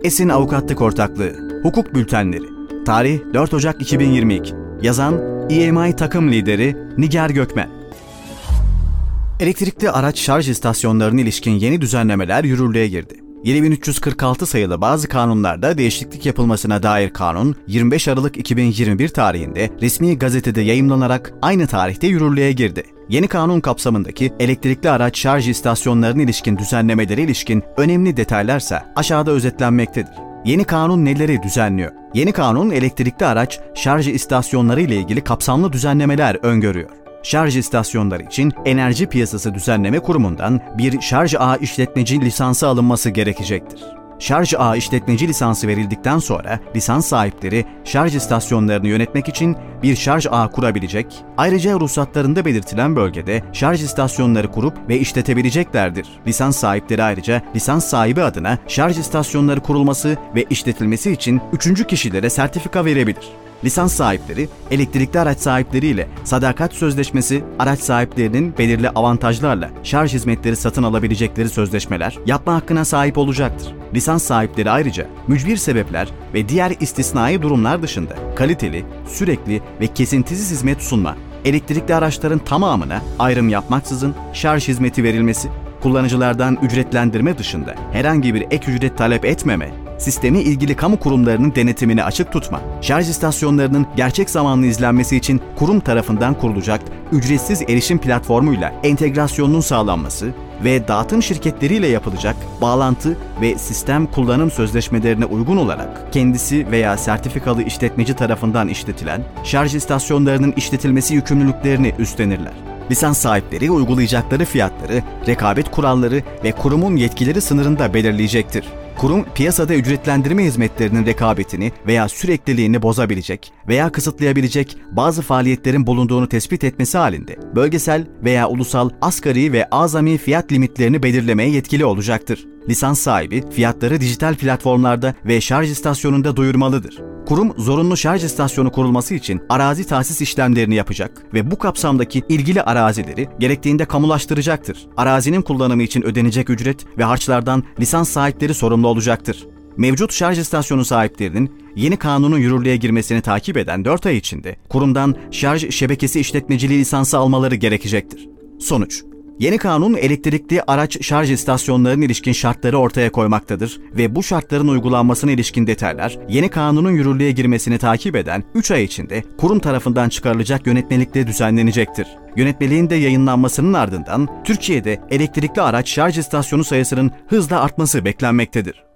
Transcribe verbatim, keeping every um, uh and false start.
Esin Avukatlık Ortaklığı Hukuk Bültenleri Tarih dört Ocak iki bin yirmi iki Yazan E M I Takım Lideri Nigar Gökmen. Elektrikli araç şarj istasyonlarına ilişkin yeni düzenlemeler yürürlüğe girdi. yedi bin üç yüz kırk altı sayılı bazı kanunlarda değişiklik yapılmasına dair kanun, yirmi beş Aralık iki bin yirmi bir tarihinde resmi gazetede yayımlanarak aynı tarihte yürürlüğe girdi. Yeni kanun kapsamındaki elektrikli araç şarj istasyonlarına ilişkin düzenlemelere ilişkin önemli detaylarsa aşağıda özetlenmektedir. Yeni kanun neleri düzenliyor? Yeni kanun elektrikli araç şarj istasyonları ile ilgili kapsamlı düzenlemeler öngörüyor. Şarj istasyonları için Enerji Piyasası Düzenleme Kurumu'ndan bir şarj ağı işletmeci lisansı alınması gerekecektir. Şarj ağı işletmeci lisansı verildikten sonra lisans sahipleri şarj istasyonlarını yönetmek için bir şarj ağı kurabilecek, ayrıca ruhsatlarında belirtilen bölgede şarj istasyonları kurup ve işletebileceklerdir. Lisans sahipleri ayrıca lisans sahibi adına şarj istasyonları kurulması ve işletilmesi için üçüncü kişilere sertifika verebilir. Lisans sahipleri, elektrikli araç sahipleriyle sadakat sözleşmesi, araç sahiplerinin belirli avantajlarla şarj hizmetleri satın alabilecekleri sözleşmeler yapma hakkına sahip olacaktır. Lisans sahipleri ayrıca mücbir sebepler ve diğer istisnai durumlar dışında kaliteli, sürekli ve kesintisiz hizmet sunma, elektrikli araçların tamamına ayrım yapmaksızın şarj hizmeti verilmesi, kullanıcılardan ücretlendirme dışında herhangi bir ek ücret talep etmeme, sistemi ilgili kamu kurumlarının denetimini açık tutma, şarj istasyonlarının gerçek zamanlı izlenmesi için kurum tarafından kurulacak ücretsiz erişim platformuyla entegrasyonunun sağlanması ve dağıtım şirketleriyle yapılacak bağlantı ve sistem kullanım sözleşmelerine uygun olarak kendisi veya sertifikalı işletmeci tarafından işletilen şarj istasyonlarının işletilmesi yükümlülüklerini üstlenirler. Lisans sahipleri uygulayacakları fiyatları, rekabet kuralları ve kurumun yetkileri sınırında belirleyecektir. Kurum, piyasada ücretlendirme hizmetlerinin rekabetini veya sürekliliğini bozabilecek veya kısıtlayabilecek bazı faaliyetlerin bulunduğunu tespit etmesi halinde bölgesel veya ulusal asgari ve azami fiyat limitlerini belirlemeye yetkili olacaktır. Lisans sahibi fiyatları dijital platformlarda ve şarj istasyonunda duyurmalıdır. Kurum, zorunlu şarj istasyonu kurulması için arazi tahsis işlemlerini yapacak ve bu kapsamdaki ilgili arazileri gerektiğinde kamulaştıracaktır. Arazinin kullanımı için ödenecek ücret ve harçlardan lisans sahipleri sorumlu olacaktır. Mevcut şarj istasyonu sahiplerinin yeni kanunun yürürlüğe girmesini takip eden dört ay içinde kurumdan şarj şebekesi işletmeciliği lisansı almaları gerekecektir. Sonuç: Yeni kanun elektrikli araç şarj istasyonlarına ilişkin şartları ortaya koymaktadır ve bu şartların uygulanmasına ilişkin detaylar yeni kanunun yürürlüğe girmesini takip eden üç ay içinde kurum tarafından çıkarılacak yönetmelikle düzenlenecektir. Yönetmeliğin de yayınlanmasının ardından Türkiye'de elektrikli araç şarj istasyonu sayısının hızla artması beklenmektedir.